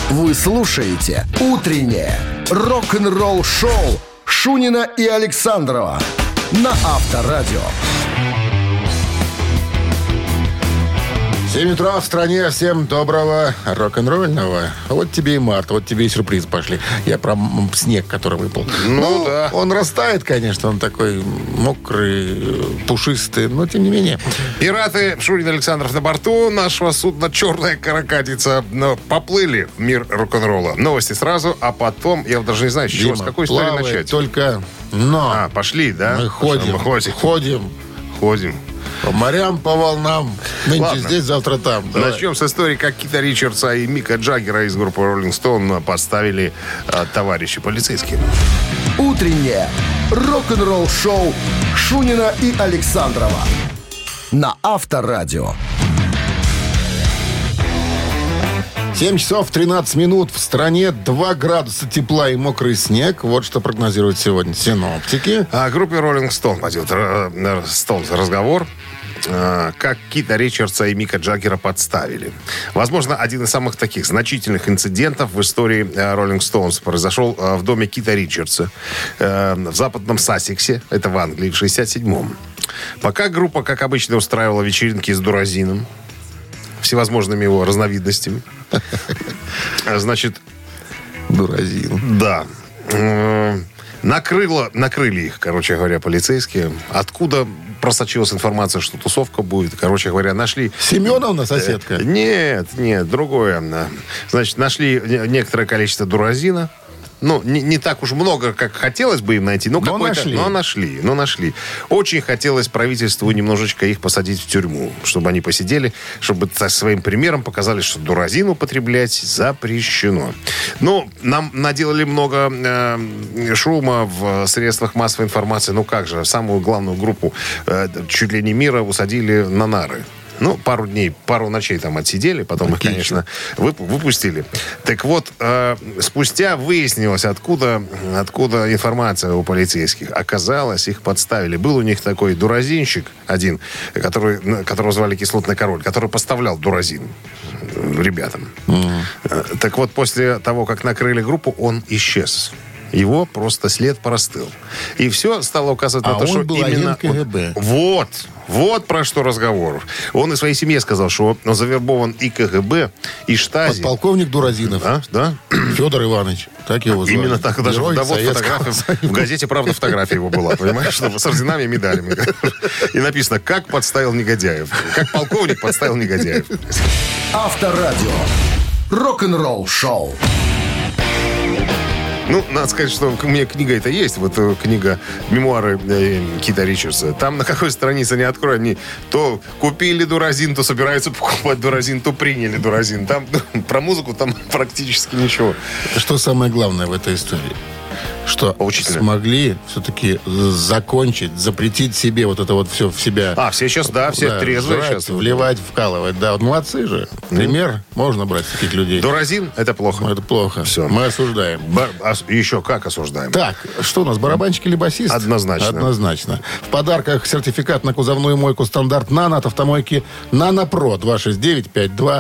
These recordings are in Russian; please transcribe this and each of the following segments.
Вы слушаете «Утреннее рок-н-ролл-шоу» Шунина и Александрова на Авторадио. 7 утра в стране. Всем доброго рок-н-ролльного. Вот тебе и март, вот тебе и сюрприз пошли. Я про снег, который выпал. Ну, да. Он растает, конечно, он такой мокрый, пушистый, но тем не менее. Пираты Шунин и Александров на борту нашего судна «Черная каракатица». Поплыли в мир рок-н-ролла. Новости сразу, а потом, я даже не знаю, с чего, с какой истории начать. Только, но... пошли, да? Мы ходим. По морям, по волнам. Нынче здесь, завтра там. Давай. Начнем с истории, как Кита Ричардса и Мика Джаггера из группы Rolling Stone подставили товарищи полицейские. Утреннее рок-н-ролл-шоу Шунина и Александрова на Авторадио. 7 часов 13 минут. В стране 2 градуса тепла и мокрый снег. Вот что прогнозируют сегодня синоптики. О группе Rolling Stone пойдет разговор. Как Кита Ричардса и Мика Джаггера подставили. Возможно, один из самых таких значительных инцидентов в истории Rolling Stones произошел в доме Кита Ричардса в западном Сассексе, это в Англии, в 67-м. Пока группа, как обычно, устраивала вечеринки с дуразином, всевозможными его разновидностями. Значит... Дуразин. Да. Накрыли их, короче говоря, полицейские. Откуда просочилась информация, что тусовка будет? Короче говоря, нашли... Семеновна соседка? Нет, другое. Значит, нашли некоторое количество дуразина. Ну, не так уж много, как хотелось бы им найти, но нашли. Очень хотелось правительству немножечко их посадить в тюрьму, чтобы они посидели, чтобы своим примером показали, что дуразин употреблять запрещено. Ну, нам наделали много шума в средствах массовой информации. Ну как же, самую главную группу чуть ли не мира усадили на нары. Ну, пару ночей там отсидели, потом их, конечно, выпустили. Так вот, спустя выяснилось, откуда информация у полицейских. Оказалось, их подставили. Был у них такой дуразинщик один, которого звали Кислотный король, который поставлял дуразин ребятам. Mm-hmm. Так вот, после того, как накрыли группу, он исчез. Его просто след простыл. И все стало указывать на то, что именно... КГБ. Вот про что разговор. Он и своей семье сказал, что он завербован и КГБ, и Штази. Подполковник Дуразинов. Да? Федор Иванович. Так его звали. Именно так. Даже в газете «Правда» фотография его была. Понимаешь? С орденами и медалями. И написано, как подставил негодяев. Как полковник подставил негодяев. Авторадио. Рок-н-ролл шоу. Ну, надо сказать, что у меня книга это есть. Вот книга «Мемуары Кита Ричардса». Там на какой странице не открой, они то купили дуразин, то собираются покупать дуразин, то приняли дуразин. Там про музыку там практически ничего. Что самое главное в этой истории? Что смогли все-таки закончить, запретить себе вот это вот все в себя. Все сейчас, все трезвые сейчас. Вливать, вкалывать. Да, вот молодцы же. Пример можно брать таких людей. Дуразин — это плохо. Это плохо. Все. Мы осуждаем. Еще как осуждаем. Так, что у нас, барабанщик или басист? Однозначно. В подарках сертификат на кузовную мойку «Стандарт Нано» от автомойки «Нано Про». 269-5252.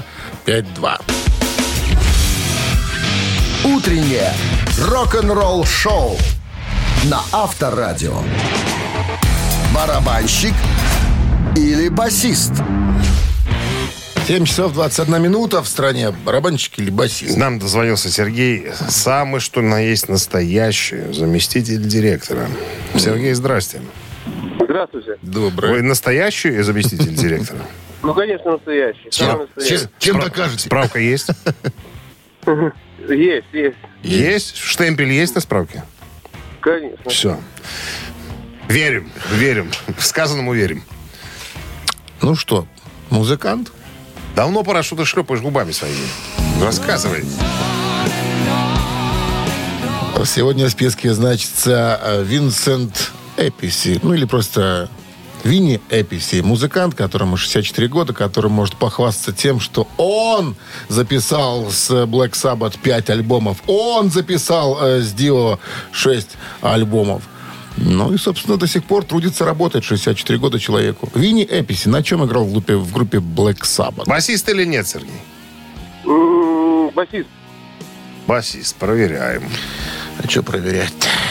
Утреннее рок-н-ролл-шоу на Авторадио. Барабанщик или басист? 7 часов 21 минута. В стране барабанщик или басист? Нам дозвонился Сергей. Самый, что на есть, настоящий заместитель директора. Сергей, здрасте. Здравствуйте. Добрый. Вы настоящий заместитель директора? Ну, конечно, настоящий. Чем докажете? Справка есть? Есть. Штемпель есть на справке? Конечно. Все. Верим. Сказанному верим. Ну что, музыкант? Давно пора, что ты шлепаешь губами своими. Рассказывай. Сегодня в списке значится Винсент Эписи. Ну или просто Винни Эписи. Музыкант, которому 64 года, который может похвастаться тем, что он записал с Black Sabbath 5 альбомов. Он записал с Dio 6 альбомов. Ну и, собственно, до сих пор трудится, работает 64 года человеку. Винни Эписи на чем играл в группе Black Sabbath? Басист или нет, Сергей? Басист. Басист, проверяем. А что проверять?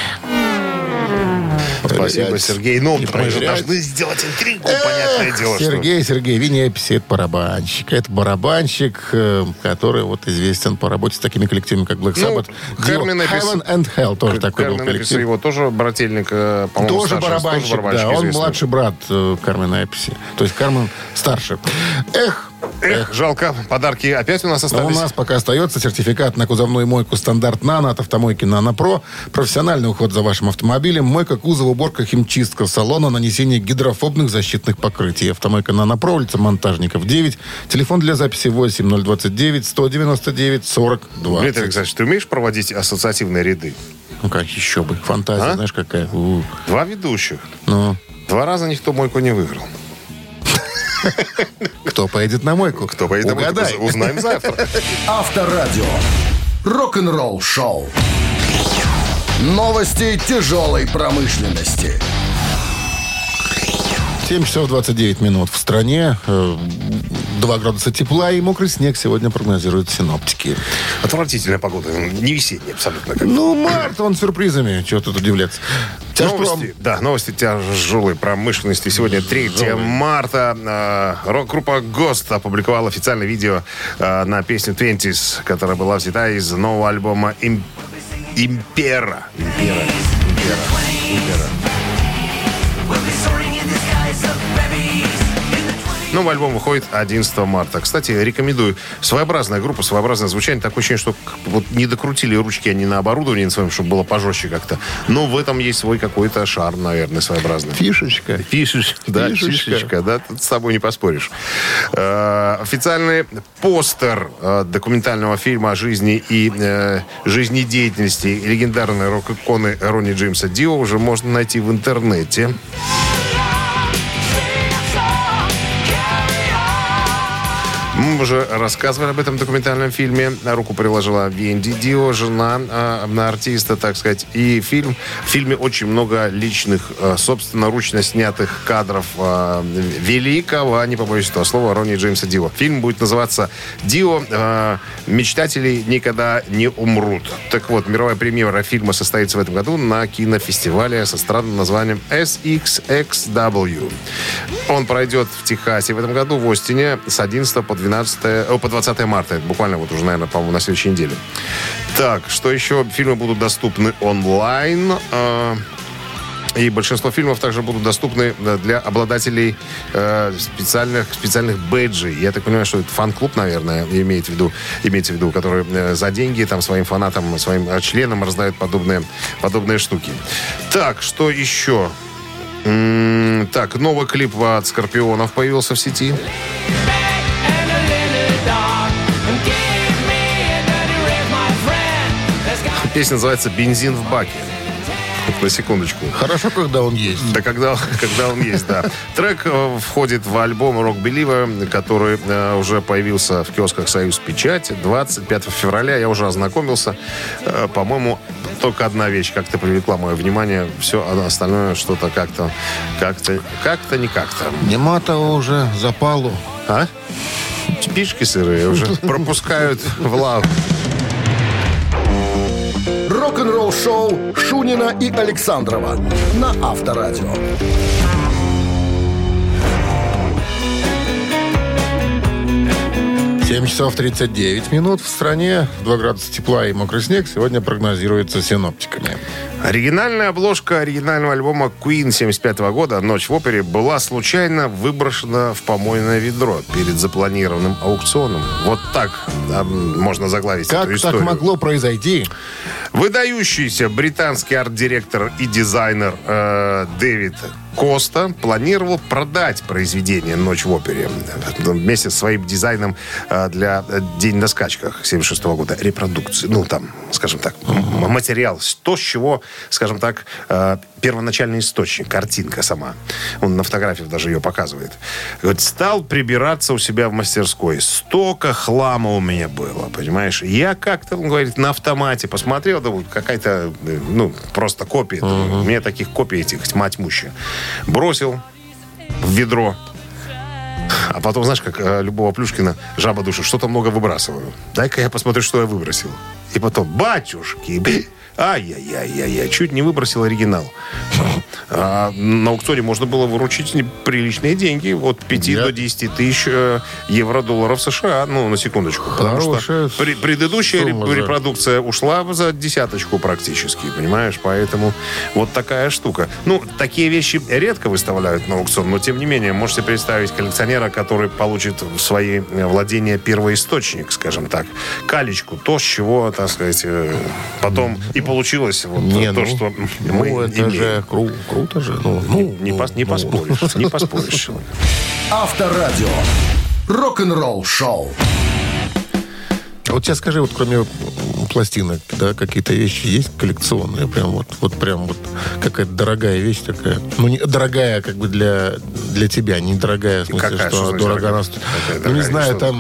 Спасибо, Сергей. Ну, мы же должны сделать интригу, понятное дело. Сергей, Винни Эписи — это барабанщик. Это барабанщик, который вот известен по работе с такими коллективами, как Black Sabbath. Heaven and Hell тоже такой был коллектив. Его тоже брательник, по-моему, тоже барабанщик, да. Он младший брат Кармена Эписи. То есть Кармен старше. Эх, жалко. Подарки опять у нас остались. Но у нас пока остается сертификат на кузовную мойку «Стандарт Нано» от автомойки «Нано Про». Профессиональный уход за вашим автомобилем, мойка кузова, уборка, химчистка салона, нанесение гидрофобных защитных покрытий. Автомойка «Нано Про», улица Монтажников, 9. Телефон для записи 8-029-199-40-20. Дмитрий Александрович, ты умеешь проводить ассоциативные ряды? Ну как еще бы. Фантазия, знаешь, какая. Два ведущих. Ну. 2 раза никто мойку не выиграл. Кто поедет на мойку? Кто поедет на мойку? Узнаем завтра. Авторадио. Рок-н-ролл шоу. Новости тяжелой промышленности. 7 часов 29 минут в стране. 2 градуса тепла и мокрый снег сегодня прогнозируют синоптики. Отвратительная погода. Не весенняя абсолютно. Ну, март, он сюрпризами. Чего тут удивляться? Новости тяжелой промышленности. Сегодня 3 марта. Рок-группа Ghost опубликовала официальное видео на песню «Twenties», которая была взята из нового альбома «Импера». Новый альбом выходит 11 марта. Кстати, рекомендую. Своеобразная группа, своеобразное звучание. Такое ощущение, что вот не докрутили ручки они на оборудовании на своем, чтобы было пожестче как-то. Но в этом есть свой какой-то шарм, наверное, своеобразный. Фишечка. Фишечка, да, тут с тобой не поспоришь. Официальный постер документального фильма о жизни и жизнедеятельности легендарной рок-иконы Ронни Джеймса Дио уже можно найти в интернете. Мы уже рассказывали об этом документальном фильме. Руку приложила Венди Дио, жена артиста, так сказать. И в фильме очень много личных, собственноручно снятых кадров великого, не побоюсь этого слова, Ронни Джеймса Дио. Фильм будет называться «Дио. Мечтатели никогда не умрут». Так вот, мировая премьера фильма состоится в этом году на кинофестивале со странным названием SXXW. Он пройдет в Техасе в этом году, в Остине, с 11 по 20 марта. Это буквально вот уже, наверное, по-моему, на следующей неделе. Так, что еще? Фильмы будут доступны онлайн. И большинство фильмов также будут доступны для обладателей специальных бэджей. Я так понимаю, что это фан-клуб, наверное, имеется в виду, который за деньги там своим фанатам, своим членам раздают подобные штуки. Так, что еще? Так, новый клип от Скорпионов появился в сети. Песня называется «Бензин в баке». На секундочку. Хорошо, когда он есть. Да, когда он есть, да. Трек входит в альбом «Rock Believer», который уже появился в киосках «Союз Печати» 25 февраля. Я уже ознакомился. По-моему, только одна вещь как-то привлекла мое внимание. Все остальное что-то как-то не как-то. Нема-то уже запалу. А? Спички сырые уже пропускают в лаву. Рок-н-ролл шоу Шунина и Александрова на Авторадио. 7 часов 39 минут в стране. 2 градуса тепла и мокрый снег сегодня прогнозируется синоптиками. Оригинальная обложка оригинального альбома Queen 1975 года «Ночь в опере» была случайно выброшена в помойное ведро перед запланированным аукционом. Вот так можно заглавить эту историю. Как так могло произойти? Выдающийся британский арт-директор и дизайнер Дэвид Коста планировал продать произведение «Ночь в опере» вместе со своим дизайном для «День на скачках» 1976 года. Репродукции, скажем так, материал. То, с чего, скажем так, первоначальный источник, картинка сама. Он на фотографиях даже ее показывает. Говорит, стал прибираться у себя в мастерской. Столько хлама у меня было, понимаешь? Я как-то, он говорит, на автомате посмотрел, да вот какая-то, просто копия. У меня таких копий этих тьма тьмущая. Бросил в ведро. А потом, знаешь, как любого Плюшкина, жаба душа, что-то много выбрасываю. Дай-ка я посмотрю, что я выбросил. И потом, батюшки, ай-яй-яй-яй-яй, чуть не выбросил оригинал. А на аукционе можно было выручить приличные деньги. От 5 до 10 тысяч евро, долларов США. Ну, на секундочку. Потому что предыдущая репродукция ушла за десяточку практически, понимаешь? Поэтому вот такая штука. Ну, такие вещи редко выставляют на аукцион, но, тем не менее, можете представить коллекционера, который получит в свои владения первоисточник, скажем так. Калечку, то, с чего, так сказать, потом и получилось вот то, что мы это имеем. Же круто же. Не поспоришь. Не поспоришь. Авторадио. Рок-н-ролл шоу. Вот сейчас скажи, вот кроме пластинок, да, какие-то вещи есть коллекционные? Прям вот какая-то дорогая вещь такая. Ну, не дорогая как бы для тебя, не дорогая, в смысле, какая, что дорого она стоит. Ну, не знаю, там...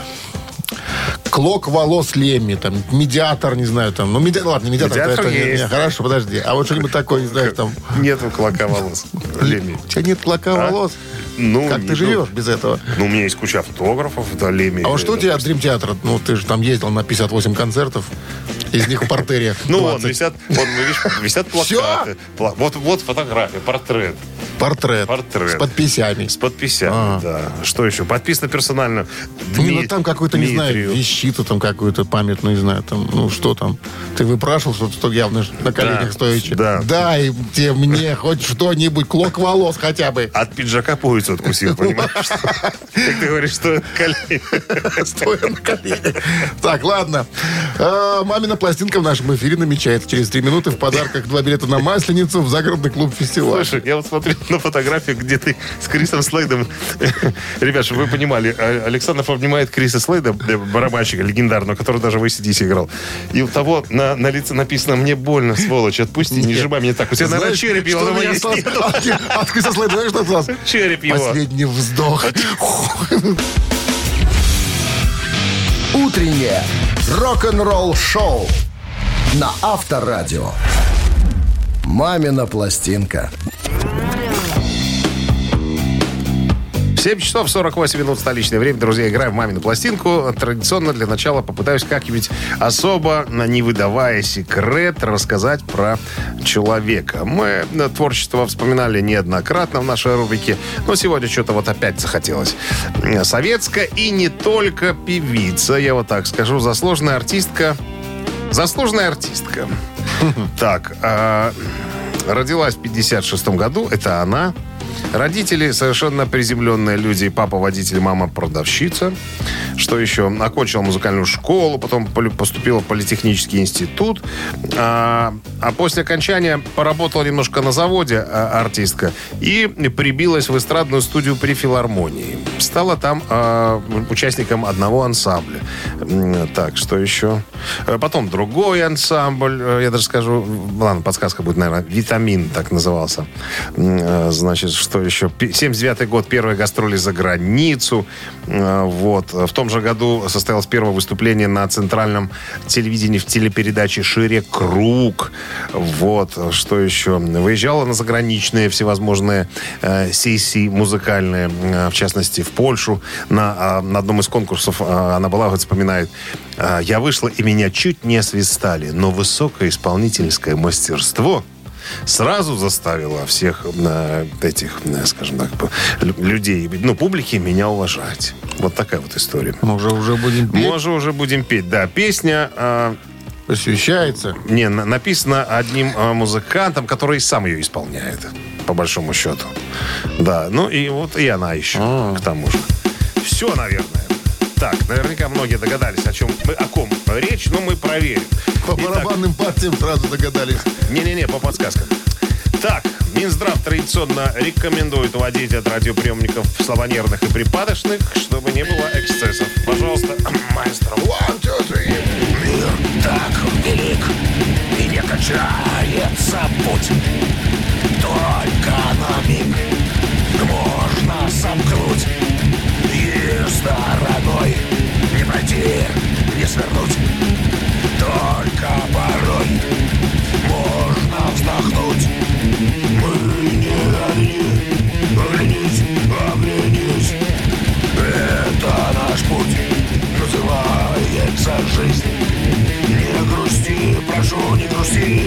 Клок волос Лемми, там, медиатор, не знаю, там. Ну, ладно, медиатор это не, хорошо, подожди. А вот что-нибудь такое, не знаю, там. Нету клока волос Лемми. У тебя нет клока волос? Ну, как ты живешь без этого? Ну, у меня есть куча автографов, это Лемми. А вот что у тебя от Дрим Театра? Ну, ты же там ездил на 58 концертов, из них в портере. Ну, вон, висят плакаты. Вот фотография, портрет. С подписями. С подписями, да. Что еще? Подписано персонально. Ну, там какую-то, не знаю, вещицу, там какую-то памятную, не знаю, там, ну, что там. Ты выпрашивал, что явно на коленях стоящее. Да. Дай мне хоть что-нибудь, клок волос хотя бы. От пиджака пуговицу откусил, понимаешь? Как ты говоришь, стоя на коленях. Стоя на коленях. Так, ладно. Мамина пластинка в нашем эфире намечается через 3 минуты. В подарках 2 билета на Масленицу в загородный клуб «Фестиваль». Слушай, я вот смотрю на фотографию, где ты с Крисом Слейдом. Ребят, чтобы вы понимали, Александр обнимает Криса Слейда, барабанщика легендарного, который даже в ACDC играл. И у того на лице написано: «Мне больно, сволочь, отпусти, не сжимай меня так». У тебя, наверное, череп его на моей стене. От Криса Слейда, знаешь, что осталось? Череп его. Последний вздох. Утреннее рок-н-ролл шоу на Авторадио. Мамина пластинка. 7 часов 48 минут столичное время. Друзья, играем в «Мамину пластинку». Традиционно для начала попытаюсь как-нибудь особо, не выдавая секрет, рассказать про человека. Мы творчество вспоминали неоднократно в нашей рубрике, но сегодня что-то вот опять захотелось. Советская и не только певица, я вот так скажу, заслуженная артистка. Так, родилась в 56-м году, это она. Родители совершенно приземленные люди. Папа водитель, мама продавщица. Что еще? Окончила музыкальную школу, потом поступила в политехнический институт. А после окончания поработала немножко на заводе артистка и прибилась в эстрадную студию при филармонии. Стала там участником одного ансамбля. Так, что еще? Потом другой ансамбль. Я даже скажу, ладно, подсказка будет, наверное, «Витамин» так назывался. Значит, что еще? 79-й год, первые гастроли за границу. Вот. В том же году состоялось первое выступление на центральном телевидении в телепередаче «Шире круг». Вот. Что еще? Выезжала на заграничные всевозможные сессии музыкальные, в частности, в Польшу. На одном из конкурсов она была, вот вспоминает: «Я вышла, и меня чуть не освистали, но высокое исполнительское мастерство сразу заставило всех этих, скажем так, людей, публики меня уважать». Вот такая вот история. Мы уже будем петь. Уже будем петь, да. Песня... посвящается? Не, написана одним музыкантом, который сам ее исполняет, по большому счету. Да, и она еще, к тому же. Все, наверное. Так, наверняка многие догадались, о ком речь, но мы проверим. По барабанным партиям сразу догадались. Не-не-не, по подсказкам. Так, Минздрав традиционно рекомендует уводить от радиоприемников слабонервных и припадочных, чтобы не было эксцессов. Пожалуйста, маэстро. 1, 2, 3. Мир так велик, и не качается путь. Только на миг можно сомкнуть. И стороной не пройти, не свернуть. Только порой можно вздохнуть. Мы не одни, оглянись. Это наш путь, называется жизнь. Не грусти.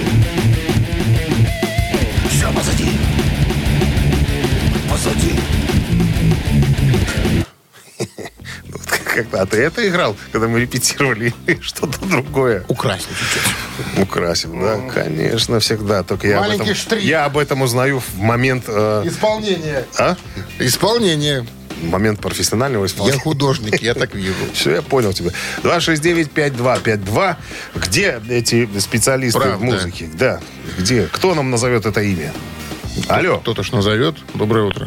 Все позади. Позади. А ты это играл, когда мы репетировали, или что-то другое? Украсил чуть-чуть. Украсил, да, конечно, всегда. Только я об этом узнаю в момент... Исполнения. А? Исполнение. Момент профессионального исполнения. Я художник, я так вижу. Все, я понял тебя. 269-5252. Где эти специалисты в музыке? Да. Где? Кто нам назовет это имя? Алло. Кто-то ж назовет. Доброе утро.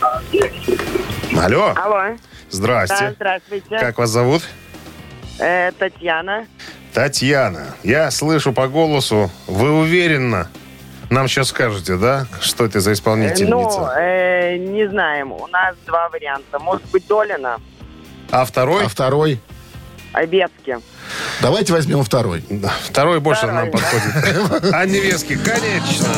Алло. Алло. Здрасте. Да, здравствуйте. Как вас зовут? Татьяна. Татьяна. Я слышу по голосу. Вы уверенно нам сейчас скажете, да? Что это за исполнительница? Не знаем. У нас два варианта. Может быть, Долина. А второй? А второй? Обедски. Давайте возьмем второй. Да, второй больше нам подходит. А невестки, конечно.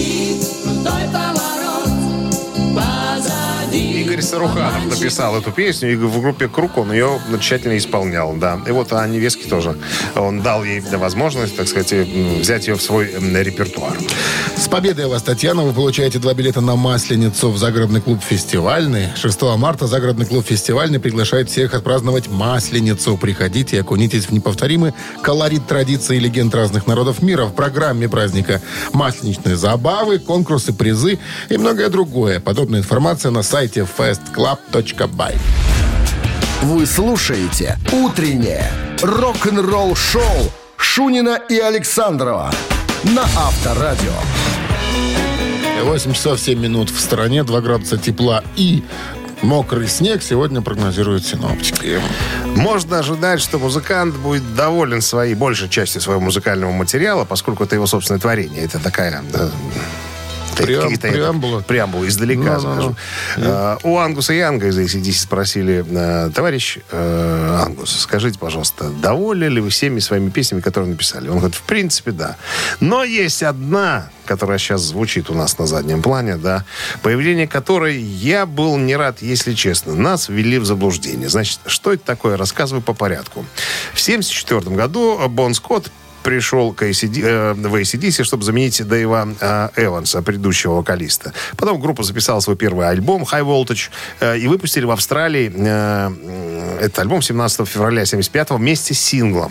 Игорь Саруханов написал эту песню, и в группе «Круг» он ее тщательно исполнял, да. И вот о невестке тоже. Он дал ей возможность, так сказать, взять ее в свой репертуар. С победой вас, Татьяна. Вы получаете 2 билета на Масленицу в загородный клуб «Фестивальный». 6 марта загородный клуб «Фестивальный» приглашает всех отпраздновать Масленицу. Приходите и окунитесь в неповторимый колорит традиций и легенд разных народов мира. В программе праздника масленичные забавы, конкурсы, призы и многое другое. Подробная информация на сайте festclub.by. Вы слушаете «Утреннее рок-н-ролл-шоу» Шунина и Александрова на Авторадио. 8 часов 7 минут в стороне, 2 градуса тепла и мокрый снег сегодня прогнозируют синоптики. Можно ожидать, что музыкант будет доволен большей частью своего музыкального материала, поскольку это его собственное творение. Это такая... Преамбула издалека, скажем. У Ангуса Янга из AC/DC спросили: товарищ Ангус, скажите, пожалуйста, довольны ли вы всеми своими песнями, которые написали? Он говорит, в принципе, да. Но есть одна, которая сейчас звучит у нас на заднем плане, да, появление которой я был не рад, если честно. Нас ввели в заблуждение. Значит, что это такое? Рассказываю по порядку. В 1974 году Бон Скотт пришел в AC/DC, чтобы заменить Дэйва Эванса, предыдущего вокалиста. Потом группа записала свой первый альбом High Voltage и выпустили в Австралии этот альбом 17 февраля 1975 вместе с синглом.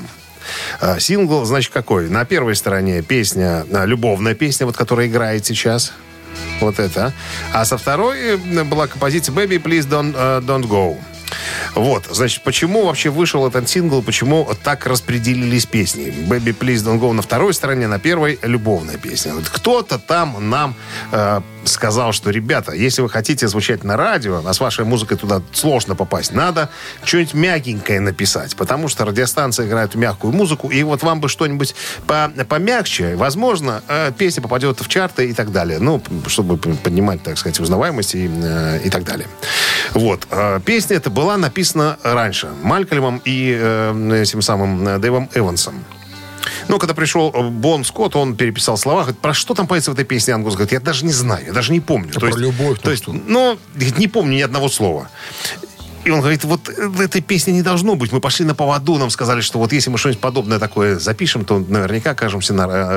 Сингл, значит, какой? На первой стороне песня, любовная песня, вот которая играет сейчас. Вот это. А со второй была композиция Baby, Please Don't Go. Вот, значит, почему вообще вышел этот сингл, почему так распределились песни? Baby, Please Don't Go на второй стороне, на первой любовная песня. Вот кто-то там нам сказал, что, ребята, если вы хотите звучать на радио, а с вашей музыкой туда сложно попасть, надо что-нибудь мягенькое написать, потому что радиостанция играет мягкую музыку, и вот вам бы что-нибудь помягче, возможно, песня попадет в чарты и так далее. Ну, чтобы поднимать, так сказать, узнаваемость и так далее. Вот. Песня эта была написана раньше Малькольмом и этим самым Дэйвом Эвансом. Но когда пришел Бон Скотт, он переписал слова. Говорит, про что там поется в этой песне? Ангус говорит, я даже не знаю, я даже не помню. Про любовь. То есть, не помню ни одного слова. И он говорит, вот этой песни не должно быть. Мы пошли на поводу, нам сказали, что вот если мы что-нибудь подобное такое запишем, то наверняка окажемся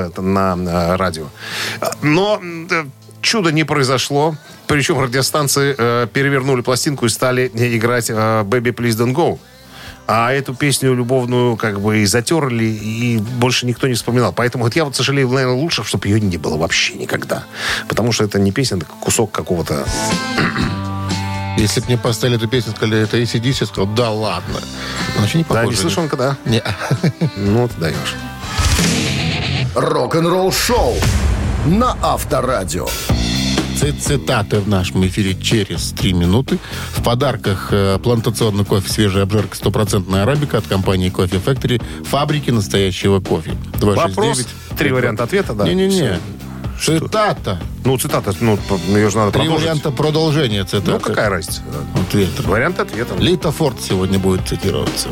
на радио. Но чудо не произошло. Причем радиостанции перевернули пластинку и стали играть «Baby, Please Don't Go». А эту песню любовную как бы и затерли, и больше никто не вспоминал. Поэтому вот я вот сожалею, наверное, лучше, чтобы ее не было вообще никогда. Потому что это не песня, это кусок какого-то... Если бы мне поставили эту песню, сказали, это AC/DC, я сказал, да ладно. Вообще не похоже. Да, не слышал он когда? Не. Ну, ты даешь. Рок-н-ролл шоу на Авторадио. Цитаты в нашем эфире через 3 минуты. В подарках плантационный кофе, свежая обжарка, 100% арабика от компании Coffee Factory, фабрики настоящего кофе. 269. Вопрос, 3 варианта ответа, да? Не-не-не. Цитата. Ну, цитата, ее же надо 3 продолжить. варианта продолжения цитаты. Ну, какая разница? Ответ. Вариант ответа. Лита Форд сегодня будет цитироваться.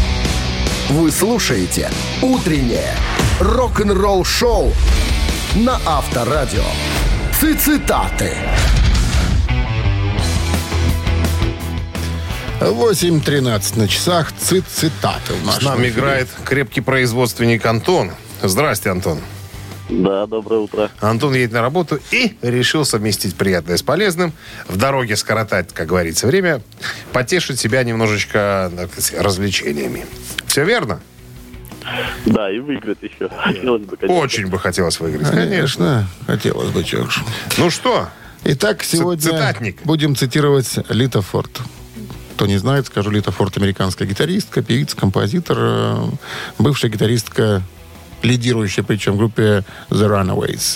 Вы слушаете «Утреннее рок-н-ролл шоу» на Авторадио. Цитаты. 8:13 на часах. Цитаты в нашем С нами эфире. играет крепкий производственник Антон. Здрасте, Антон. Да, доброе утро. Антон едет на работу и решил совместить приятное с полезным. В дороге скоротать, как говорится, время. Потешить себя немножечко, так сказать, развлечениями. Все верно? Да, и выиграть еще. Хотелось бы, конечно. Очень бы хотелось выиграть. Конечно, хотелось бы, чего ж. Ну что? Итак, сегодня Цитатник. будем цитировать Лита Форд. Кто не знает, скажу, Лита Форд — американская гитаристка, певица, композитор, бывшая гитаристка, лидирующая, причем, в группе The Runaways.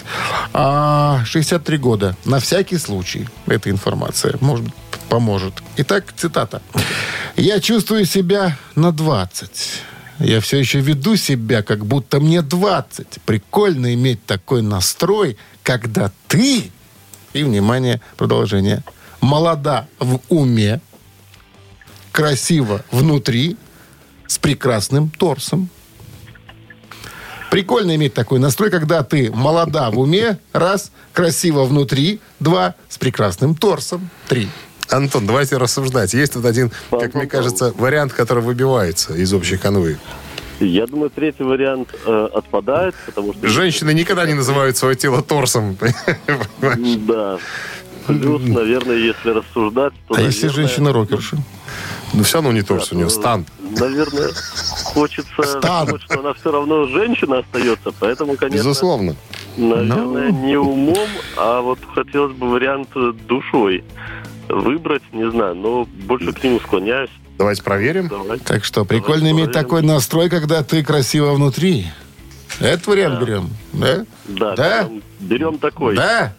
63 года. На всякий случай эта информация, может быть, поможет. Итак, цитата. «Я чувствую себя на 20. Я все еще веду себя, как будто мне 20. Прикольно иметь такой настрой, когда ты...» И, внимание, продолжение. «Молода в уме, красиво внутри, с прекрасным торсом». Прикольно иметь такой настрой, когда ты молода в уме, раз, красиво внутри, два, с прекрасным торсом, три. Антон, давайте рассуждать. Есть тут один, как мне кажется, вариант, который выбивается из общей канвы. Я думаю, третий вариант отпадает, потому что... Женщины никогда не называют свое тело торсом. Да. Плюс, наверное, если рассуждать, то... А если женщина-рокерша? Ну, все равно не торс, у нее стан. Наверное, хочется думать, что она все равно женщина остается, поэтому, конечно... Безусловно. Наверное, не умом, а вот хотелось бы вариант душой выбрать, не знаю, но больше к нему склоняюсь. Давайте проверим. Давайте. Так что, прикольно иметь такой настрой, когда ты красиво внутри. Этот вариант берем, да? Да, Да? берем такой. Да?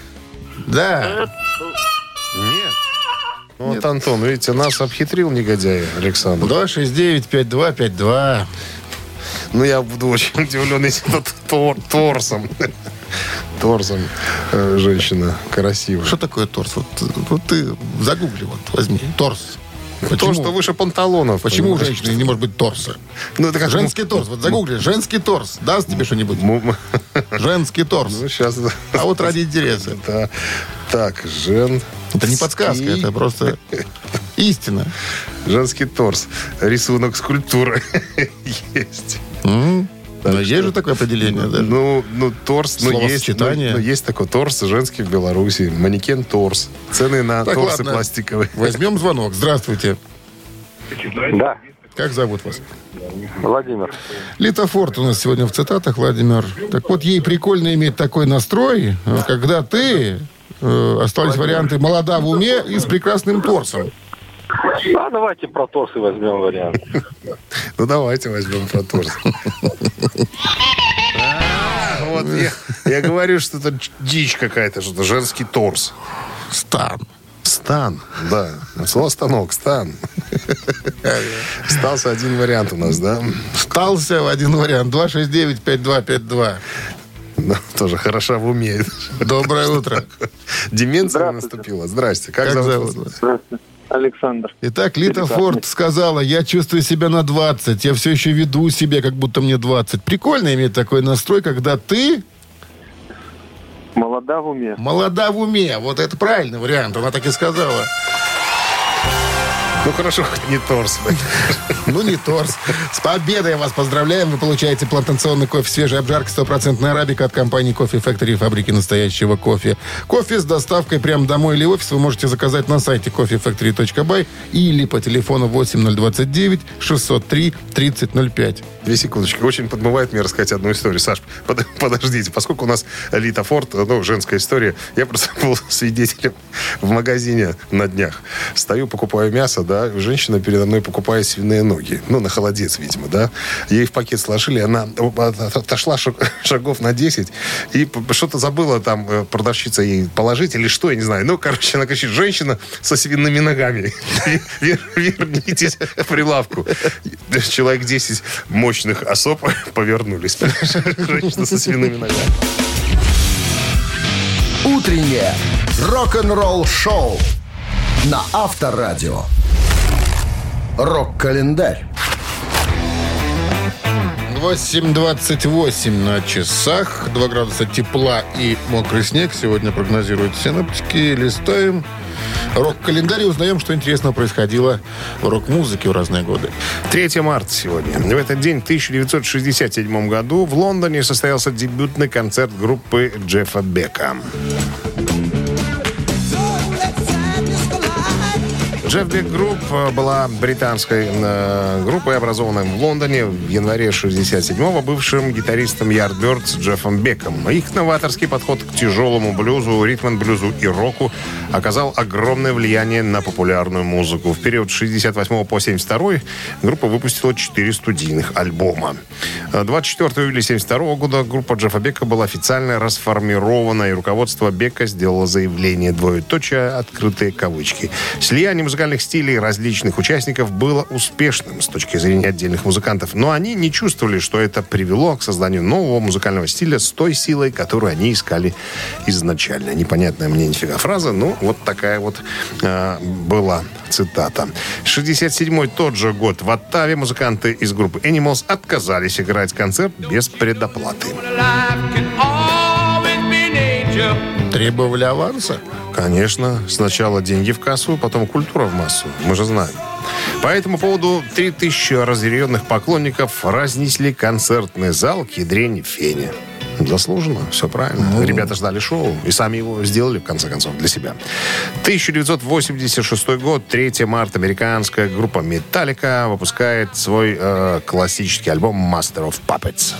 Да. Нет. Ну, вот, Антон, видите, нас обхитрил негодяй Александр. 269-5252. Ну, я буду очень удивлен, если это торсом. Торсом женщина красивая. Что такое торс? Вот ты загугли, вот возьми. Торс. То, что выше панталонов. Почему у женщины не может быть торса? Ну, это как женский торс. Вот загугли. Женский торс. Даст тебе что-нибудь? Женский торс. Ну, сейчас... А вот ради интереса. Да. Так, Это не подсказка, это просто истина. Женский торс. Рисунок скульптуры есть. Но есть же такое определение, да? Ну, торс, словосочетание. есть такой торс женский в Беларуси. Манекен торс. Цены на Так, торсы ладно. пластиковые. Возьмем звонок. Здравствуйте. Да, Как зовут вас? Владимир. Лита Форд у нас сегодня в цитатах, Владимир. Так вот, ей прикольно иметь такой настрой, когда ты... остались варианты «молода в уме» и «с прекрасным торсом». А давайте про торсы возьмем вариант. Ну, давайте возьмем про торс. Вот я говорю, что это дичь какая-то, что-то женский торс. Стан. Стан, да. Слово станок, стан. Остался один вариант у нас, да? Остался один вариант. 269-5252. Ну, тоже хороша в уме. Доброе утро. Деменция наступила. Здрасте. Как зовут вас? Здравствуйте. Александр. Итак, Лита Форд сказала: я чувствую себя на 20. Я все еще веду себя, как будто мне 20. Прикольно иметь такой настрой, когда ты... Молода в уме. Молода в уме. Вот это правильный вариант. Она так и сказала. Ну, хорошо, хоть не торс. Ну, не торс. С победой вас поздравляем. Вы получаете плантационный кофе свежей обжарки 100% арабика от компании Coffee Factory, фабрики настоящего кофе. Кофе с доставкой прямо домой или в офис вы можете заказать на сайте coffeefactory.by или по телефону 8029 603 3005. 2 секундочки. Очень подмывает мне рассказать одну историю. Саш, подождите. Поскольку у нас Лита Форд, женская история, я просто был свидетелем в магазине на днях. Стою, покупаю мясо, да, женщина передо мной покупает свиные ноги. Ну, на холодец, видимо, да. Ей в пакет сложили, она отошла шагов на 10 и что-то забыла там продавщица ей положить или что, я не знаю. Ну, короче, она кричит: женщина со свиными ногами. Вернитесь к прилавку. Человек 10 мощных особ повернулись. Женщина со свиными ногами. Утреннее рок-н-ролл-шоу на Авторадио. Рок-календарь. 8:28 на часах. 2 градуса тепла и мокрый снег сегодня прогнозируют синоптики. Листаем рок-календарь и узнаем, что интересного происходило в рок-музыке в разные годы. 3 марта сегодня. В этот день, в 1967 году, в Лондоне состоялся дебютный концерт группы Джеффа Бека. Джефф Бек Групп была британской группой, образованной в Лондоне в январе 1967-го бывшим гитаристом Yardbirds Джеффом Беком. Их новаторский подход к тяжелому блюзу, ритм-н-блюзу и року оказал огромное влияние на популярную музыку. В период с 1968 по 1972 группа выпустила 4 студийных альбома. 24 июля 1972 года группа Джеффа Бека была официально расформирована, и руководство Бека сделало заявление, двоеточие, открытые кавычки. Слияние музыкальных стилей различных участников было успешным с точки зрения отдельных музыкантов, но они не чувствовали, что это привело к созданию нового музыкального стиля с той силой, которую они искали изначально. Непонятная мне нифига фраза, но вот такая вот была цитата. 67-й тот же год в Оттаве музыканты из группы Animals отказались играть концерт без предоплаты. Требовали аванса? Конечно. Сначала деньги в кассу, потом культура в массу. Мы же знаем. По этому поводу 3000 разъяренных поклонников разнесли концертный зал к ядрене фене. Заслуженно, все правильно. Ребята ждали шоу и сами его сделали, в конце концов, для себя. 1986 год, 3 марта, американская группа Metallica выпускает свой классический альбом Master of Puppets.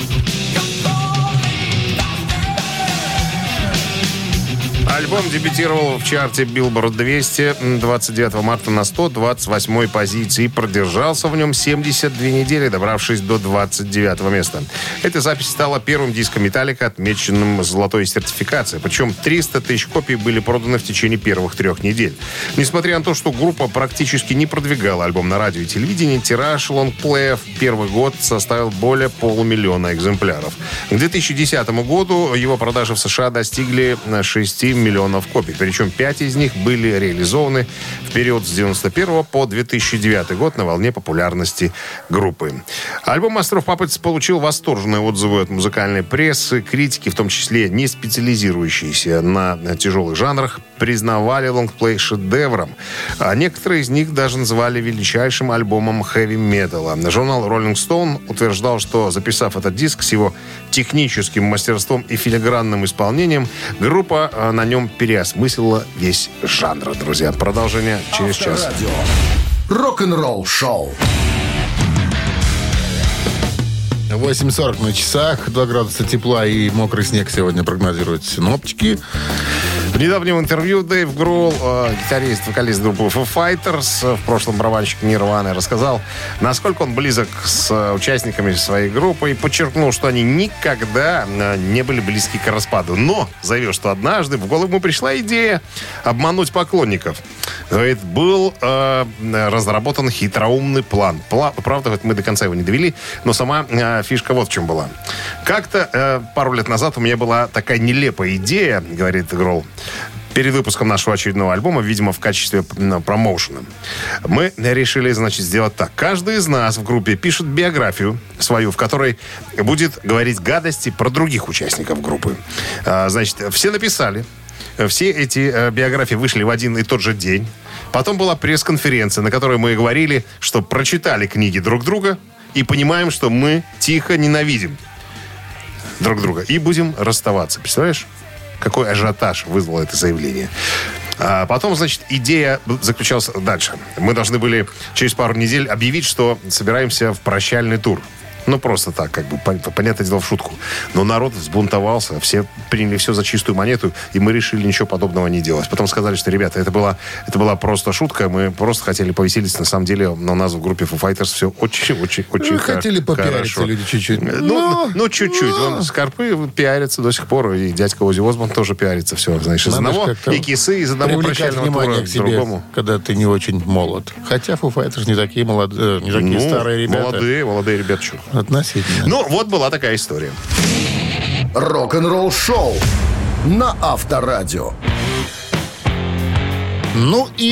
Альбом дебютировал в чарте Billboard 200 29 марта на 128-й позиции и продержался в нем 72 недели, добравшись до 29-го места. Эта запись стала первым диском Metallica, отмеченным золотой сертификацией. Причем 300 тысяч копий были проданы в течение первых 3 недель. Несмотря на то, что группа практически не продвигала альбом на радио и телевидении, тираж лонгплеев в первый год составил более 500 000 экземпляров. К 2010 году его продажи в США достигли 6 миллионов копий. Причем 5 из них были реализованы в период с 1991 по 2009 год на волне популярности группы. Альбом Master of Puppets получил восторженные отзывы от музыкальной прессы. Критики, в том числе не специализирующиеся на тяжелых жанрах, признавали лонгплей шедевром. А некоторые из них даже называли величайшим альбомом хэви-металла. Журнал Rolling Stone утверждал, что, записав этот диск с его техническим мастерством и филигранным исполнением, группа на нем переосмыслила весь жанр, друзья. Продолжение через час. Рок-н-ролл шоу. 8:40 на часах, 2 градуса тепла и мокрый снег сегодня прогнозируют синоптики. В недавнем интервью Дэйв Гроул, гитарист, вокалист группы Foo Fighters, в прошлом барабанщик Нирваны, рассказал, насколько он близок с участниками своей группы и подчеркнул, что они никогда не были близки к распаду. Но заявил, что однажды в голову ему пришла идея обмануть поклонников. Говорит, был разработан хитроумный план. Правда, мы до конца его не довели, но сама фишка вот в чем была. Как-то пару лет назад у меня была такая нелепая идея, говорит Гроул, перед выпуском нашего очередного альбома, видимо, в качестве промоушена. Мы решили, значит, сделать так. Каждый из нас в группе пишет биографию свою, в которой будет говорить гадости про других участников группы. Значит, все написали. Все эти биографии вышли в один и тот же день. Потом была пресс-конференция, на которой мы говорили, что прочитали книги друг друга и понимаем, что мы тихо ненавидим друг друга и будем расставаться. Представляешь? Какой ажиотаж вызвало это заявление. А потом, значит, идея заключалась дальше. Мы должны были через пару недель объявить, что собираемся в прощальный тур. Ну, просто так, как бы, понятное дело, в шутку. Но народ взбунтовался, все приняли все за чистую монету, и мы решили ничего подобного не делать. Потом сказали, что, ребята, это была просто шутка, мы просто хотели повеселиться. На самом деле, у нас в группе Foo Fighters все очень-очень хорошо. Хотели попиариться люди чуть-чуть. Ну, чуть-чуть. Вон, Скорпы пиарятся до сих пор, и дядька Оззи Осборн тоже пиарится. Все, знаешь, из одного, и кисы из одного прощального тура к другому. Когда ты не очень молод. Хотя Foo Fighters не такие молодые, не такие старые ребята. Молодые ребята, что? Относительно. Ну, вот была такая история. Рок-н-ролл шоу на Авторадио. Ну и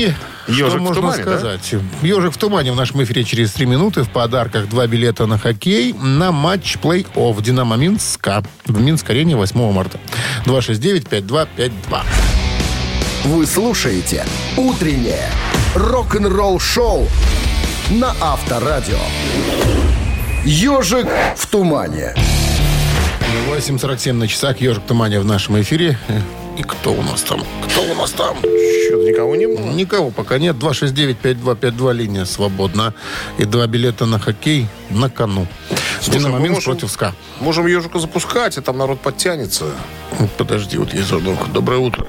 Ежик Что в можно тумане, сказать? «Ежик в тумане» в нашем эфире через 3 минуты. В подарках 2 билета на хоккей на матч плей-офф «Динамо Минск-СКА» в Минск-арене 8 марта. 269-5252. Вы слушаете «Утреннее рок-н-ролл-шоу» на Авторадио. «Ежик в тумане». 8:47 на часах. «Ежик в тумане» в нашем эфире. И кто у нас там? Что-то никого не было. Никого пока нет. 269-5252, линия свободна. И 2 билета на хоккей на кону. «Динамо Минск» против «СКА». Можем «Ежика» запускать, и там народ подтянется. Подожди, вот есть звонок. Доброе утро.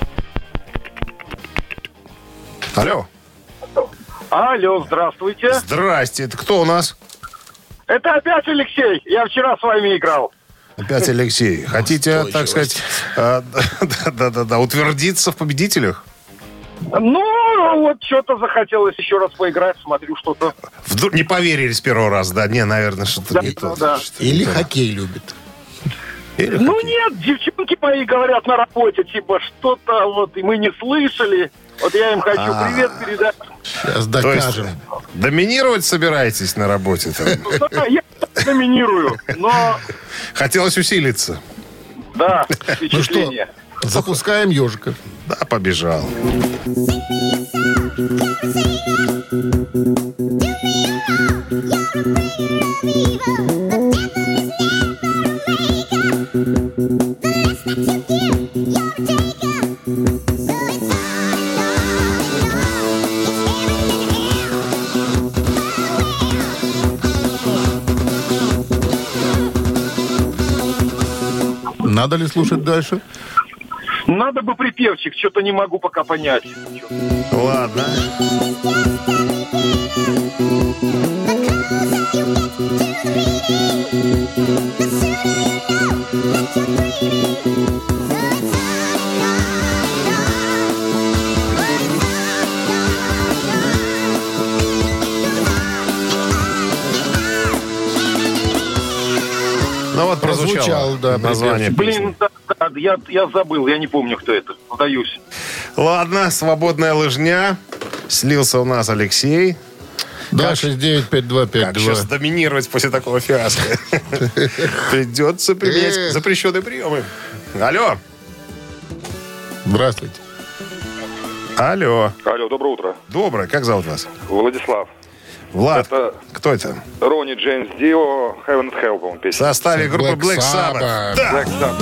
Алло. Алло, здравствуйте. Здрасте. Это кто у нас? Это опять Алексей. Я вчера с вами играл. Опять Алексей. Хотите, так сказать, утвердиться в победителях? Ну, вот что-то захотелось еще раз поиграть. Смотрю, что-то... Не поверили с первого раза, да? Не, наверное, что-то Да, не то. да. Или хоккей любит. Ну нет, девчонки мои говорят на работе, типа, что-то вот, и мы не слышали. Вот я им хочу привет передать. Сейчас докажем. Доминировать собираетесь на работе-то? Да, я доминирую, но... Хотелось усилиться. Да, Ну что, впечатление. запускаем «Ежика». Да, побежал. Надо ли слушать дальше? Надо бы припевчик, что-то не могу пока понять. Ладно. Ну вот прозвучало да, название. Блин, да, я забыл, я не помню, кто это. Сдаюсь. Ладно, свободная лыжня. Слился у нас Алексей. 269-5252. Как сейчас доминировать после такого фиаско? Придется применять запрещенные приемы. Алло. Здравствуйте. Алло. Алло, доброе утро. Доброе. Как зовут вас? Владислав. Влад. Это Кто это? Ронни Джеймс Дио, Heaven and Hell, по-моему, В песня. составе группы Black Sabbath. Да. Black Sabbath.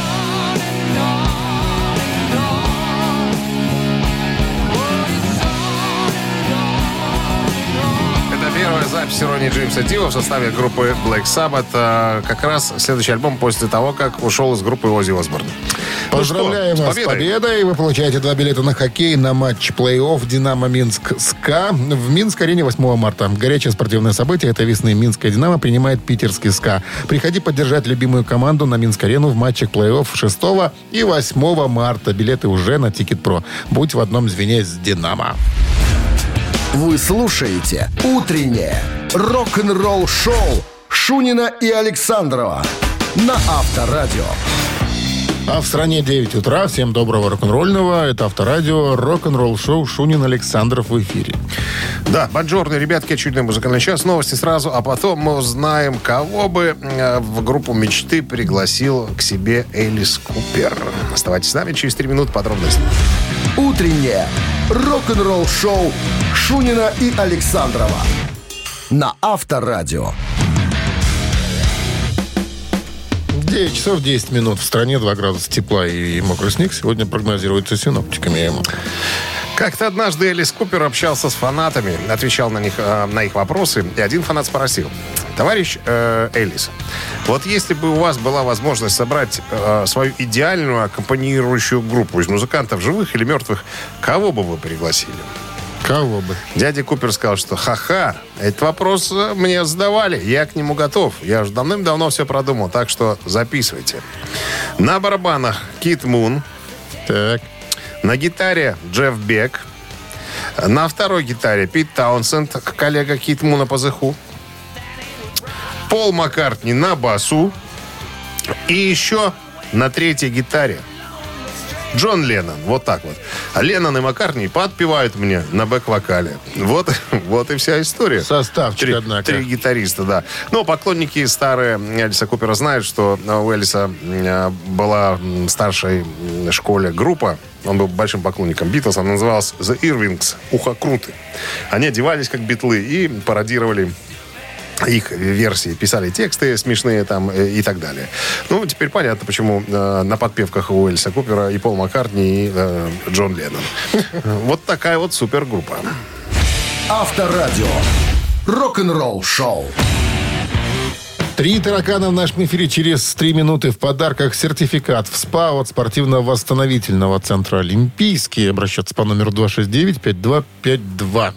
Первая запись Ронни Джеймса Дио в составе группы Black Sabbath. Как раз следующий альбом после того, как ушел из группы Оззи Осборн. Поздравляем вас с победой. Вы получаете 2 билета на хоккей на матч плей-офф «Динамо Минск-СКА» в Минск-арене 8 марта. Горячее спортивное событие этой весны. Минская «Динамо» принимает питерский «СКА». Приходи поддержать любимую команду на Минск-арену в матчах плей-офф 6 и 8 марта. Билеты уже на Тикет.Про. Будь в одном звене с «Динамо». Вы слушаете «Утреннее рок-н-ролл-шоу» Шунина и Александрова на Авторадио. А в стране 9 утра. Всем доброго рок-н-ролльного. Это Авторадио, рок-н-ролл-шоу «Шунин, Александров» в эфире. Да, бонжорно, ребятки, очередной музыкальный час. Новости сразу, а потом мы узнаем, кого бы в группу мечты пригласил к себе Элис Купер. Оставайтесь с нами, через 3 минуты подробности. «Утреннее рок-н-ролл-шоу» Шунина и Александрова на Авторадио. 9 часов 10 минут. В стране 2 градуса тепла и мокрый снег сегодня прогнозируется синоптиками. Как-то однажды Элис Купер общался с фанатами, отвечал на их вопросы, и один фанат спросил: товарищ Элис, вот если бы у вас была возможность собрать свою идеальную аккомпанирующую группу из музыкантов, живых или мертвых, кого бы вы пригласили? Кого бы? Дядя Купер сказал, что ха-ха, этот вопрос мне задавали, я к нему готов. Я уже давным-давно все продумал, так что записывайте. На барабанах Кит Мун. Так. На гитаре Джефф Бек. На второй гитаре Пит Таунсенд, коллега Кит Муна по зэху. Пол Маккартни на басу. И еще на третьей гитаре Джон Леннон. Вот так вот. А Леннон и Маккартни подпевают мне на бэк-вокале. Вот и вся история. Составчик, однако. 3 гитариста, да. Но поклонники старые Элиса Купера знают, что у Элиса была в старшей школе группа. Он был большим поклонником Битлз. Она называлась The Irvings. Ухокруты. Они одевались как битлы и пародировали их версии, писали тексты смешные там и так далее. Ну, теперь понятно, почему на подпевках у Элиса Купера и Пол Маккартни, и Джон Леннон. Вот такая вот супергруппа. Авторадио. Рок-н-ролл шоу. 3 таракана в нашем эфире через 3 минуты. В подарках сертификат в СПА от спортивно-восстановительного центра «Олимпийский». Обращаться по номеру 269-5252.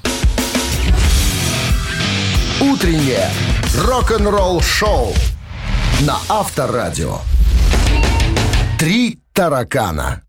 Утреннее рок-н-ролл-шоу на Авторадио. 3 таракана.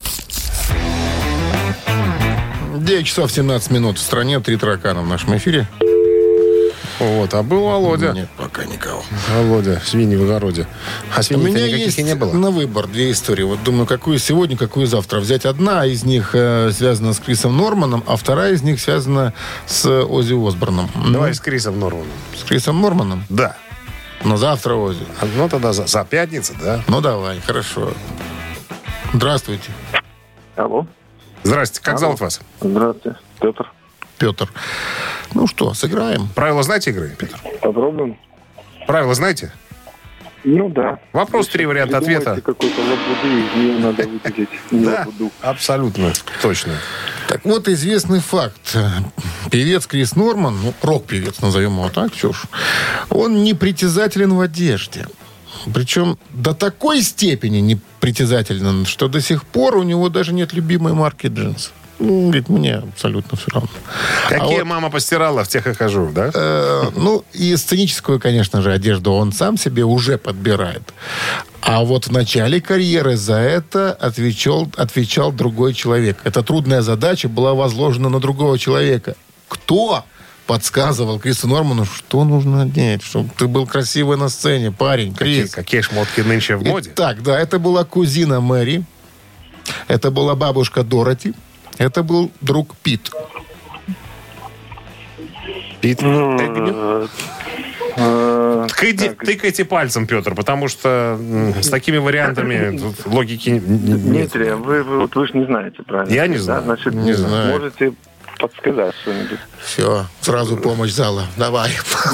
9 часов 17 минут в стране. 3 таракана в нашем эфире. Вот, а был Володя. Нет, пока никого. Володя, свиньи в огороде. А У свиней меня никаких есть и не было. на выбор 2 истории. Вот думаю, какую сегодня, какую завтра. Взять одна из них связана с Крисом Норманом, а вторая из них связана с Оззи Осборном. Давай с Крисом Норманом. С Крисом Норманом? Да. Но завтра Оззи. Ну, тогда за пятницу, да? Ну, давай, хорошо. Здравствуйте. Алло. Здрасте, как зовут вас? Здравствуйте, Петр. Петр. Ну что, сыграем? Правила знаете игры, Петр? Попробуем. Правила знаете? Ну да. Вопрос, 3 варианта ответа. Какой-то лабуды, из нее надо выделить. Да, абсолютно точно. Так вот, известный факт. Певец Крис Норман, ну, рок-певец, назовем его так, все ж, он непритязателен в одежде. Причем до такой степени непритязателен, что до сих пор у него даже нет любимой марки джинсов. Ну, говорит, мне абсолютно все равно. Какие мама постирала, в тех и хожу, да? Ну, и сценическую, конечно же, одежду он сам себе уже подбирает. А вот в начале карьеры за это отвечал другой человек. Эта трудная задача была возложена на другого человека. Кто подсказывал Крису Норману, что нужно одеть, чтобы ты был красивый на сцене, парень, Крис. Какие шмотки нынче в моде? Так, да, это была кузина Мэри, это была бабушка Дороти, это был друг Пит. Пит Эгню? Тыкайте пальцем, Петр, потому что с такими вариантами тут логики нет. Дмитрий, вы же не знаете, правильно? Я не знаю. Да? Значит, не знаю. Можете подсказать что-нибудь. Все, сразу помощь зала. Давай.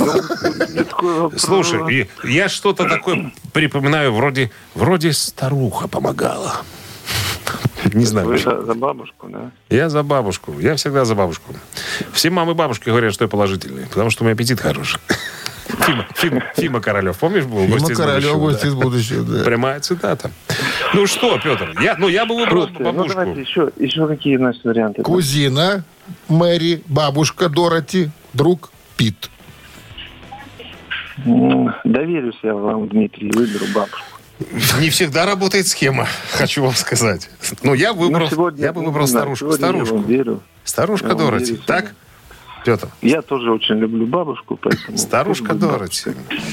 Слушай, я что-то такое припоминаю, вроде старуха помогала. Не знаю. Вы за бабушку, да? Я за бабушку. Я всегда за бабушку. Все мамы и бабушки говорят, что я положительный, потому что у меня аппетит хороший. Фима Королев, помнишь, был? Фима Королев, гость из будущего, да. Прямая цитата. Ну что, Петр, я бы выбрал бабушку. Ну, давайте еще какие, значит, варианты. Кузина Мэри, бабушка Дороти, друг Пит. Доверюсь я вам, Дмитрий, выберу бабушку. Не всегда работает схема, хочу вам сказать. Ну, я бы выбрал старушку. Старушка Дороти. Так, Петр? Я тоже очень люблю бабушку, поэтому... Старушка Дороти.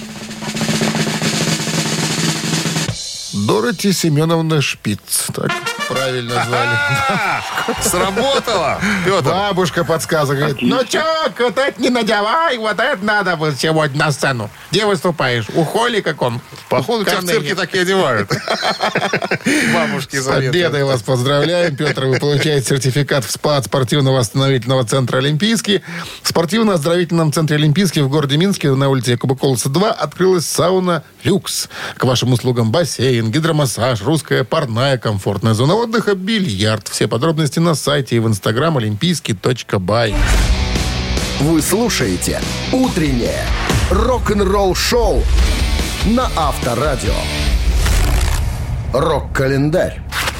Дороти Семеновна Шпиц. Так правильно звали. Сработало, Петр. Бабушка подсказывает. Ну чё, вот это не надевай, вот это надо вот сегодня на сцену. Где выступаешь? У Холли каком? Походу, тебя в цирке так и одевают. Бабушки с победой вас поздравляем, Петр. Вы получаете сертификат в СПА от спортивно-восстановительного центра «Олимпийский». В спортивно-оздоровительном центре «Олимпийский» в городе Минске на улице Якуба Колоса 2 открылась сауна «Люкс». К вашим услугам бассейн, гидромассаж, русская парная, комфортная зона отдыха, бильярд. Все подробности на сайте и в инстаграм олимпийский.бай. Вы слушаете «Утреннее рок-н-ролл-шоу» на Авторадио. Рок-календарь.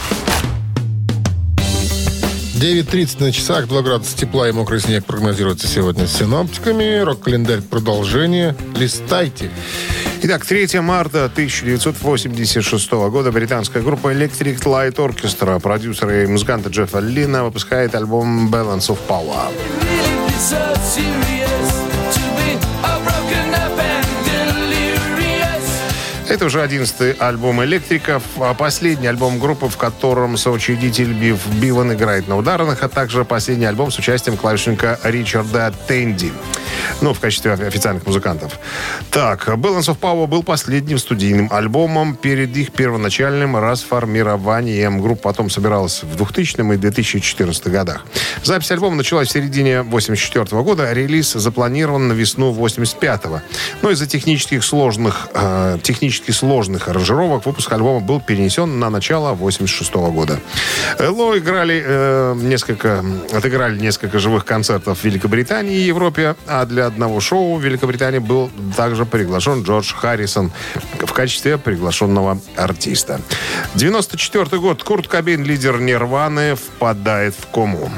9:30 на часах, 2 градуса тепла и мокрый снег прогнозируется сегодня с синоптиками. Рок-календарь продолжение. Листайте. Итак, 3 марта 1986 года британская группа Electric Light Orchestra, продюсеры и музыканты Джеффа Лина, выпускает альбом Balance of Power. Это уже 11-й альбом «Электриков», а последний альбом группы, в котором соучредитель Биф Биван играет на ударных, а также последний альбом с участием клавишника Ричарда Тенди. Ну, в качестве официальных музыкантов. Так, Balance of Power был последним студийным альбомом перед их первоначальным расформированием. Группа потом собиралась в 2000 и 2014 годах. Запись альбома началась в середине 1984 года, релиз запланирован на весну 1985. Но из-за технически сложных аранжировок выпуск альбома был перенесен на начало 1986 года. Эло отыграли несколько живых концертов в Великобритании и Европе, а для одного шоу в Великобритании был также приглашен Джордж Харрисон в качестве приглашенного артиста. 1994 год. Курт Кобейн, лидер Нирваны, впадает в кому.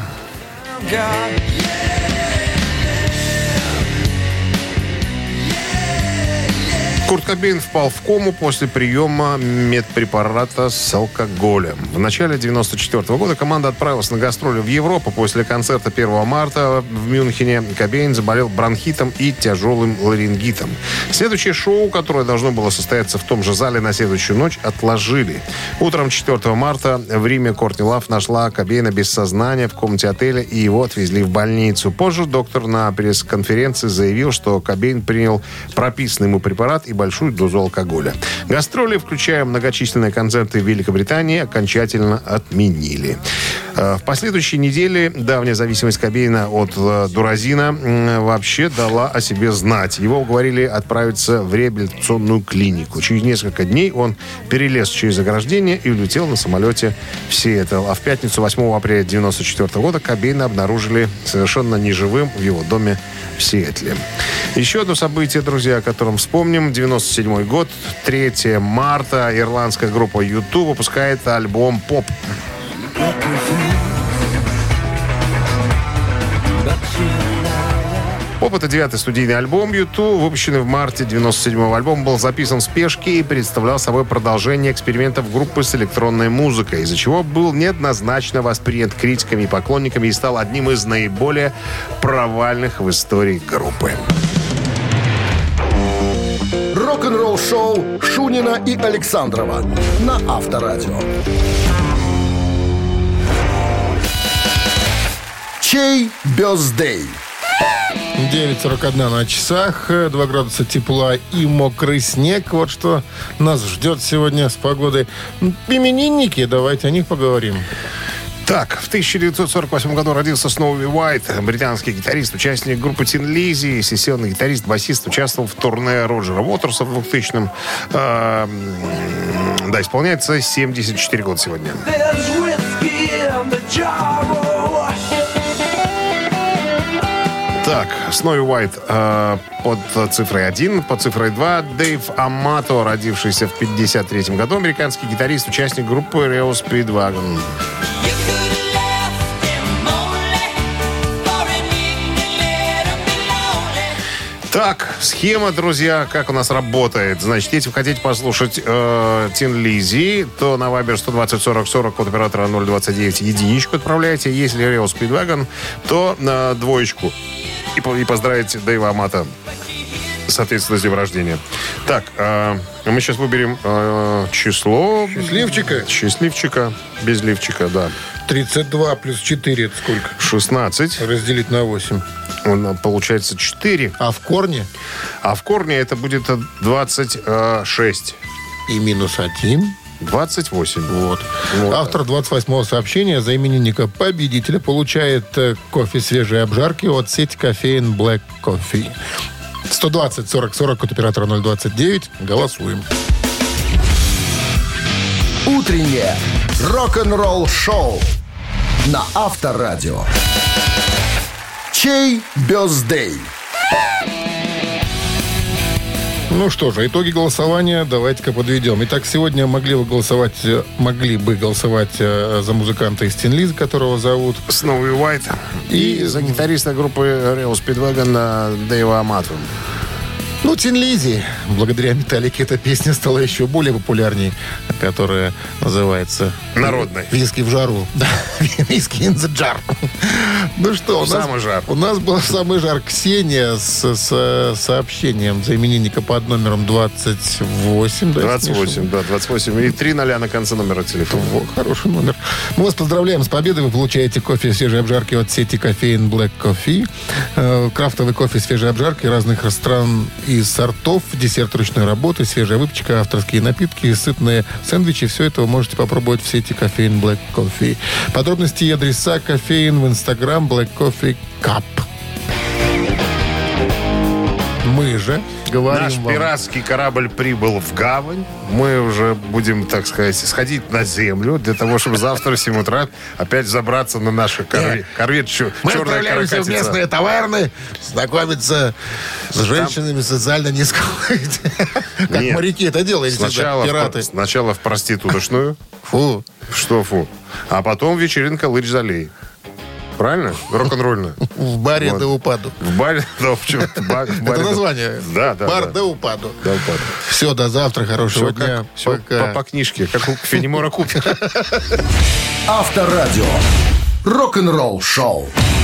Курт Кобейн впал в кому после приема медпрепарата с алкоголем. В начале 1994 года команда отправилась на гастроли в Европу. После концерта 1 марта в Мюнхене Кобейн заболел бронхитом и тяжелым ларингитом. Следующее шоу, которое должно было состояться в том же зале на следующую ночь, отложили. Утром 4 марта в Риме Кортни Лав нашла Кобейна без сознания в комнате отеля, и его отвезли в больницу. Позже доктор на пресс-конференции заявил, что Кобейн принял прописанный ему препарат и большую дозу алкоголя. Гастроли, включая многочисленные концерты в Великобритании, окончательно отменили. В последующие недели давняя зависимость Кобейна от дуразина вообще дала о себе знать. Его уговорили отправиться в реабилитационную клинику. Через несколько дней он перелез через ограждение и улетел на самолете в Сиэтл. А в пятницу 8 апреля 1994 года Кобейна обнаружили совершенно неживым в его доме в Сиэтле. Еще одно событие, друзья, о котором вспомним. 97 год, 3 марта, ирландская группа U2 выпускает альбом «Поп». «Поп» — это 9-й студийный альбом U2, выпущенный в марте 97-го. Альбом был записан в спешке и представлял собой продолжение экспериментов группы с электронной музыкой, из-за чего был неоднозначно воспринят критиками и поклонниками и стал одним из наиболее провальных в истории группы. Рок-н-ролл-шоу Шунина и Александрова на Авторадио. Чей бёздей? 9:41 на часах, 2 градуса тепла и мокрый снег. Вот что нас ждет сегодня с погодой. Именинники, давайте о них поговорим. Так, в 1948 году родился Сноуи Уайт, британский гитарист, участник группы Тин Лизи, сессионный гитарист, басист, участвовал в турне Роджера Уотерса в 2000-м. Да, исполняется 74 года сегодня. Так, Сноуи Уайт под цифрой 1, под цифрой 2. Дэйв Амато, родившийся в 1953 году, американский гитарист, участник группы Reo Speedwagon. Так, схема, друзья, как у нас работает. Значит, если вы хотите послушать Тин Лизи, то на Viber 120-40-40, код оператора 029, единичку отправляйте. Если Reo Speedwagon, то на двоечку. И поздравить Дэйва Амато, соответственно, с днем рождения. Так, мы сейчас выберем число... Счастливчика? Счастливчика, без лифчика, да. 32 плюс 4 это сколько? 16. Разделить на 8. Получается 4. А в корне? А в корне это будет 26. И минус 1. 28. Вот. Автор 28-го сообщения за именинника победителя получает кофе свежей обжарки от сети кофеин Black Coffee. 120-40-40, код оператора 029. Голосуем. Утреннее рок-н-ролл-шоу на Авторадио. Чей бёздей? Ну что же, итоги голосования давайте-ка подведем. Итак, сегодня могли бы голосовать за музыканта из Тин Лизи, которого зовут Сноуи Уайт, и за гитариста группы Reo Speedwagon Дэйва Амато. Ну, Тин Лизи. Благодаря Металлике эта песня стала еще более популярней, которая называется... Народной. «Виски в жару». Да, «Виски in the jar». Ну что, у нас был самый жар. Ксения с сообщением за именинника под номером 28. 28, да, 28. И 3 0 на конце номера телефона. Хороший номер. Мы вас поздравляем с победой. Вы получаете кофе свежей обжарки от сети кофеин Black Coffee. Крафтовый кофе свежей обжарки разных стран и сортов, десерт ручной работы, свежая выпечка, авторские напитки, сытные сэндвичи. Все это вы можете попробовать в сети кофеин Black Coffee. Подробности и адреса кофеин в Instagram Black Coffee Cup. Мы же говорим Наш вам... пиратский корабль прибыл в гавань. Мы уже будем, так сказать, сходить на землю для того, чтобы завтра в 7 утра опять забраться на наши корвет. Мы отправляемся в местные таверны, знакомиться с женщинами социально низкого. Как моряки это делают, пираты. Сначала в проституточную. Фу. Что фу? А потом вечеринка лыч-залей. Правильно? Рок-н-ролльно. В баре до упаду. В баре, да, почему? Это название. Да. Бар до упаду. Все, до завтра, хорошего дня. Все по книжке, как у Фенемора Купера. Авторадио. Рок-н-ролл шоу.